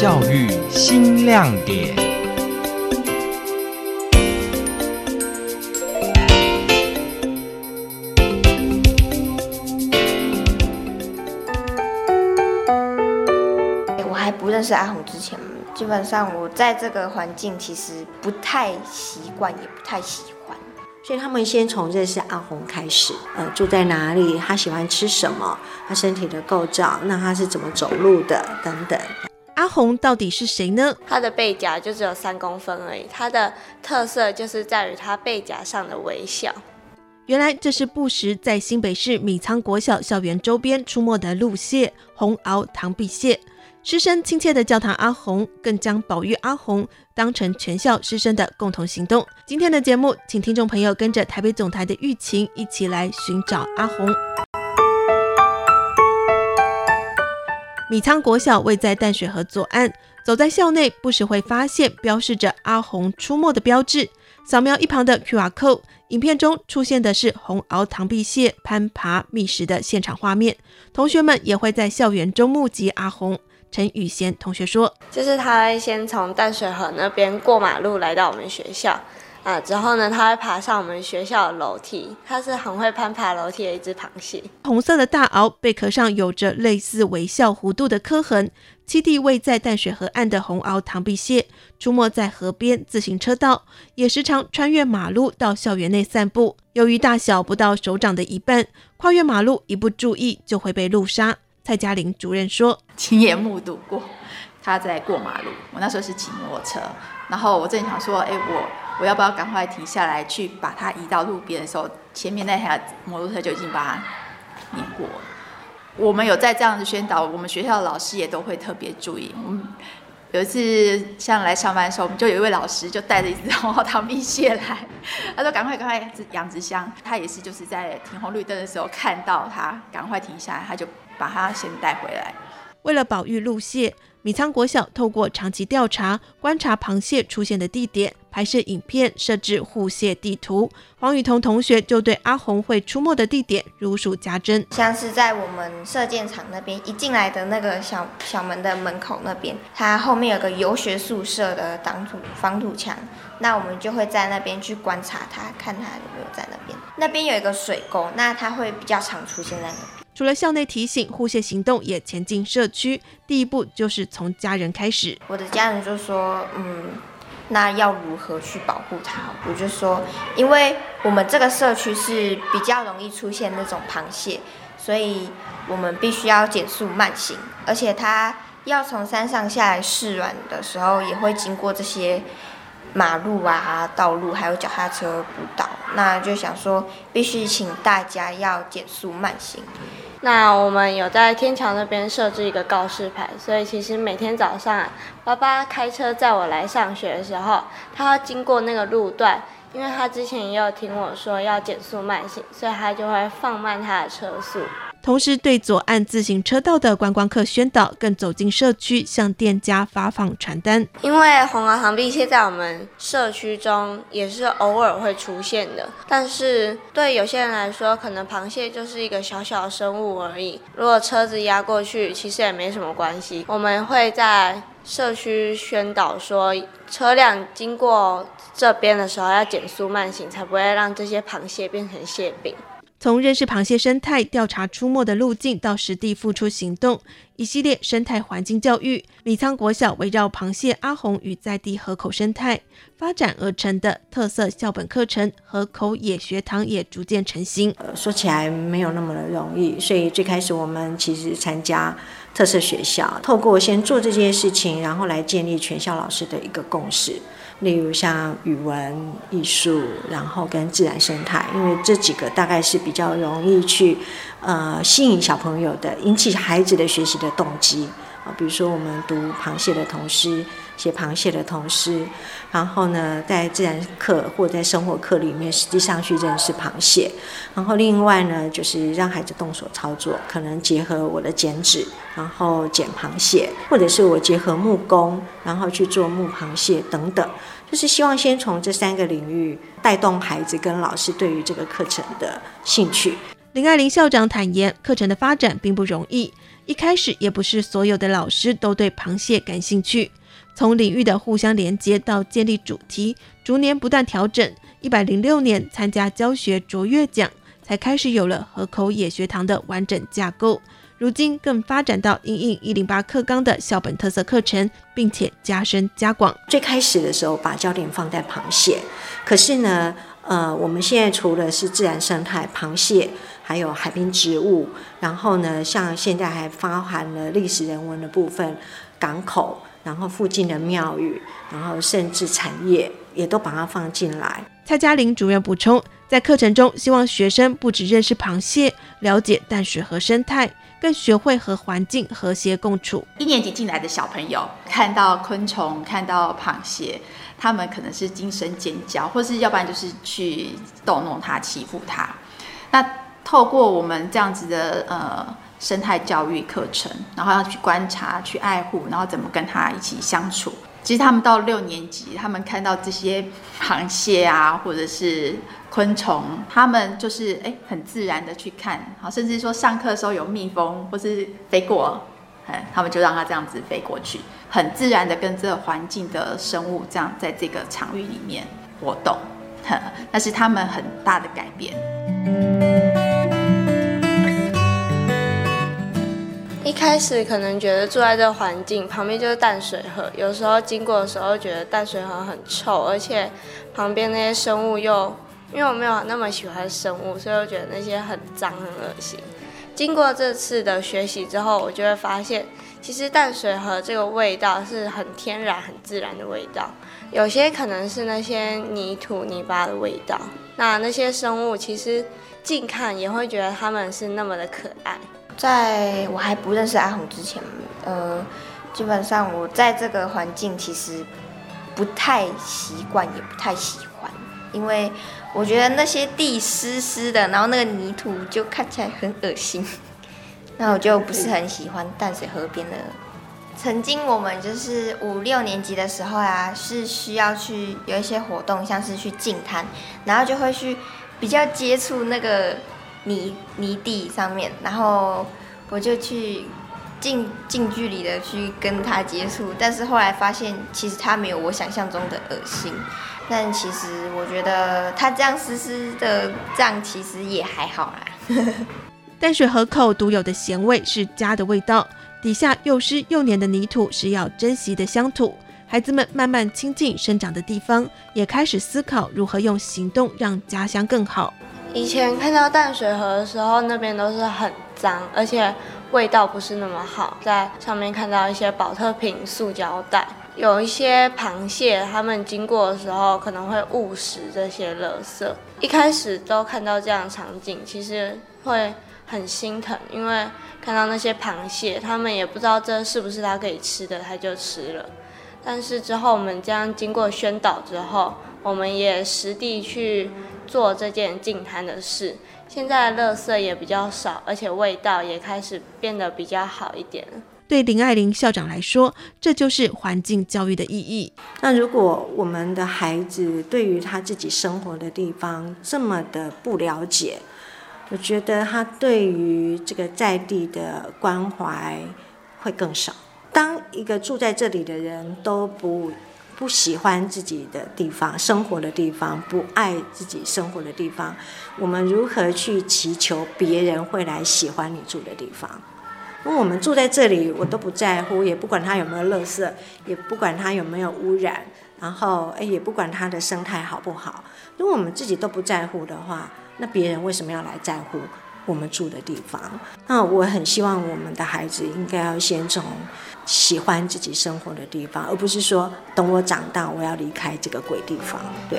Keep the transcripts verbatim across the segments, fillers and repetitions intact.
教育新亮点。 我还不认识阿红之前，基本上我在这个环境其实不太习惯，也不太喜欢。 所以他们先从认识阿红开始，呃，住在哪里，他喜欢吃什么，他身体的构造，那他是怎么走路的，等等。 阿红到底是谁呢？ 他的背甲就只有三公分而已，他的特色就是在于他背甲上的微笑。 原来这是不时在新北市米仓国小校园周边出没的陆蟹红螯螳臂蟹。师生亲切地叫他阿红，更将保育阿红当成全校师生的共同行动。今天的节目，请听众朋友跟着台北总台的玉琴一起来寻找阿红。米仓国小位在淡水河左岸，走在校内不时会发现标示着阿红出没的标志。扫描一旁的 Q R code， 影片中出现的是红螯螳臂蟹攀爬觅食的现场画面。同学们也会在校园中目击阿红。陈宇贤同学说， 就是他会先从淡水河那边过马路来到我们学校啊，之后呢，他会爬上我们学校的楼梯。他是很会攀爬楼梯的一只螃蟹。 红色的大螯贝壳上有着类似微笑弧度的刻痕。栖地位在淡水河岸的红螯螳臂蟹，出没在河边自行车道，也时常穿越马路到校园内散步。由于大小不到手掌的一半，跨越马路一不注意就会被路杀。蔡嘉玲主任说， 亲眼目睹过他在过马路，我那时候是骑摩托车，然后我正想说，哎，我我要不要赶快停下来去把他移到路边的时候，前面那台摩托车就已经把他碾过了。我们有在这样子宣导，我们学校的老师也都会特别注意。我们有一次像来上班的时候，我们就有一位老师就带着一只红螯螳臂蟹来，他说赶快赶快养殖箱，他也是就是在停红绿灯的时候看到他，赶快停下来，他就把它先带回来。 为了保育陆蟹，米仓国小透过长期调查，观察螃蟹出现的地点，拍摄影片，设置护蟹地图。黄雨桐同学就对阿红会出没的地点如数家珍， 像是在我们射箭场那边一进来的那个小小门的门口那边，它后面有个游学宿舍的挡土防土墙，那我们就会在那边去观察它，看它有没有在那边。那边有一个水沟，那它会比较常出现在那边。 除了校内提醒，护蟹行动也前进社区。第一步就是从家人开始。 我的家人就说，嗯，那要如何去保护它？我就说，因为我们这个社区是比较容易出现那种螃蟹，所以我们必须要减速慢行，而且它要从山上下来试卵的时候，也会经过这些马路啊、道路还有脚踏车步道，那就想说必须请大家要减速慢行。那我们有在天桥那边设置一个告示牌，所以其实每天早上、啊、爸爸开车载我来上学的时候，他要经过那个路段，因为他之前也有听我说要减速慢行，所以他就会放慢他的车速。 同时对左岸自行车道的观光客宣导，更走进社区向店家发放传单。 因为红螯螳臂蟹在我们社区中也是偶尔会出现的，但是对有些人来说，可能螃蟹就是一个小小的生物而已，如果车子压过去其实也没什么关系。我们会在社区宣导说，车辆经过这边的时候要减速慢行，才不会让这些螃蟹变成蟹饼。 从认识螃蟹生态、调查出没的路径到实地付出行动，一系列生态环境教育，米仓国小围绕螃蟹阿红与在地河口生态发展而成的特色校本课程河口野学堂也逐渐成型。 呃，说起来没有那么的容易，所以最开始我们其实参加特色学校，透过先做这件事情，然后来建立全校老师的一个共识。例如像语文、艺术，然后跟自然生态，因为这几个大概是比较容易去呃吸引小朋友的，引起孩子的学习的动机啊。比如说我们读螃蟹的童诗，写螃蟹的童诗，然后呢，在自然课或在生活课里面，实际上去认识螃蟹。然后另外呢，就是让孩子动手操作，可能结合我的剪纸，然后剪螃蟹，或者是我结合木工，然后去做木螃蟹等等。就是希望先从这三个领域带动孩子跟老师对于这个课程的兴趣。 林爱玲校长坦言，课程的发展并不容易，一开始也不是所有的老师都对螃蟹感兴趣。从领域的互相连接到建立主题，逐年不断调整。一百零六年参加教学卓越奖，才开始有了河口野学堂的完整架构。如今更发展到因应一零八课纲的校本特色课程，并且加深加广。 最开始的时候把焦点放在螃蟹，可是呢，呃，我们现在除了是自然生态、螃蟹，还有海滨植物，然后呢，像现在还包含了历史人文的部分，港口，然后附近的庙宇，然后甚至产业也都把它放进来。 蔡嘉玲主任补充，在课程中希望学生不只认识螃蟹，了解淡水河生态，更学会和环境和谐共处。 一年级进来的小朋友看到昆虫，看到螃蟹，他们可能是惊声尖叫，或是要不然就是去逗弄它、欺负它。那透过我们这样子的呃生态教育课程，然后要去观察、去爱护，然后怎么跟它一起相处。其实他们到六年级，他们看到这些螃蟹啊，或者是昆虫，他们就是哎很自然的去看，好，甚至说上课的时候有蜜蜂或是飞过，哎，他们就让它这样子飞过去，很自然的跟这个环境的生物这样在这个场域里面活动，那是他们很大的改变。 一开始可能觉得住在这个环境旁边就是淡水河，有时候经过的时候觉得淡水河很臭，而且旁边那些生物又因为我没有那么喜欢生物，所以我觉得那些很脏很恶心。经过这次的学习之后，我就会发现其实淡水河这个味道是很天然很自然的味道，有些可能是那些泥土泥巴的味道，那那些生物其实近看也会觉得它们是那么的可爱。 在我还不认识阿红之前，呃，基本上我在这个环境其实不太习惯，也不太喜欢，因为我觉得那些地湿湿的，然后那个泥土就看起来很恶心，那我就不是很喜欢淡水河边的。曾经我们就是五六年级的时候啊，是需要去有一些活动，像是去净滩，然后就会去比较接触那个泥泥地上面，然后我就去近近距离的去跟它接触，但是后来发现其实它没有我想象中的恶心，但其实我觉得它这样湿湿的这样其实也还好啦。 淡水河口独有的咸味是家的味道，底下又湿又黏的泥土是要珍惜的乡土。孩子们慢慢亲近生长的地方，也开始思考如何用行动让家乡更好。 以前看到淡水河的时候，那边都是很脏，而且味道不是那么好，在上面看到一些保特瓶、塑胶袋，有一些螃蟹，他们经过的时候可能会误食这些垃圾。一开始都看到这样的场景，其实会很心疼，因为看到那些螃蟹，他们也不知道这是不是他可以吃的，他就吃了。但是之后我们这样经过宣导之后，我们也实地去做这件净滩的事，现在的垃圾也比较少，而且味道也开始变得比较好一点了。 对林爱玲校长来说，这就是环境教育的意义。 那如果我们的孩子对于他自己生活的地方这么的不了解，我觉得他对于这个在地的关怀会更少。当一个住在这里的人都不不喜欢自己的地方、生活的地方，不爱自己生活的地方，我们如何去祈求别人会来喜欢你住的地方？因为我们住在这里，我都不在乎，也不管它有没有垃圾，也不管它有没有污染，然后也不管它的生态好不好。如果我们自己都不在乎的话，那别人为什么要来在乎我们住的地方？那我很希望我们的孩子应该要先从喜欢自己生活的地方，而不是说等我长大我要离开这个鬼地方。对。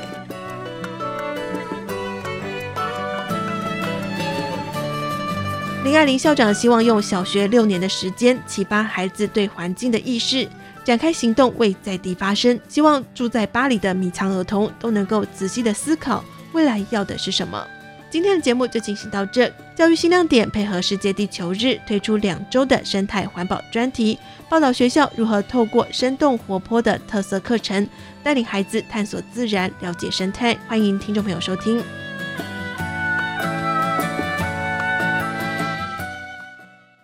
林爱玲校长希望用小学六年的时间启发孩子对环境的意识，展开行动为在地发声，希望住在巴黎的米仓儿童都能够仔细的思考未来要的是什么。今天的节目就进行到这，教育新亮点配合世界地球日推出两周的生态环保专题，报道学校如何透过生动活泼的特色课程，带领孩子探索自然，了解生态。欢迎听众朋友收听。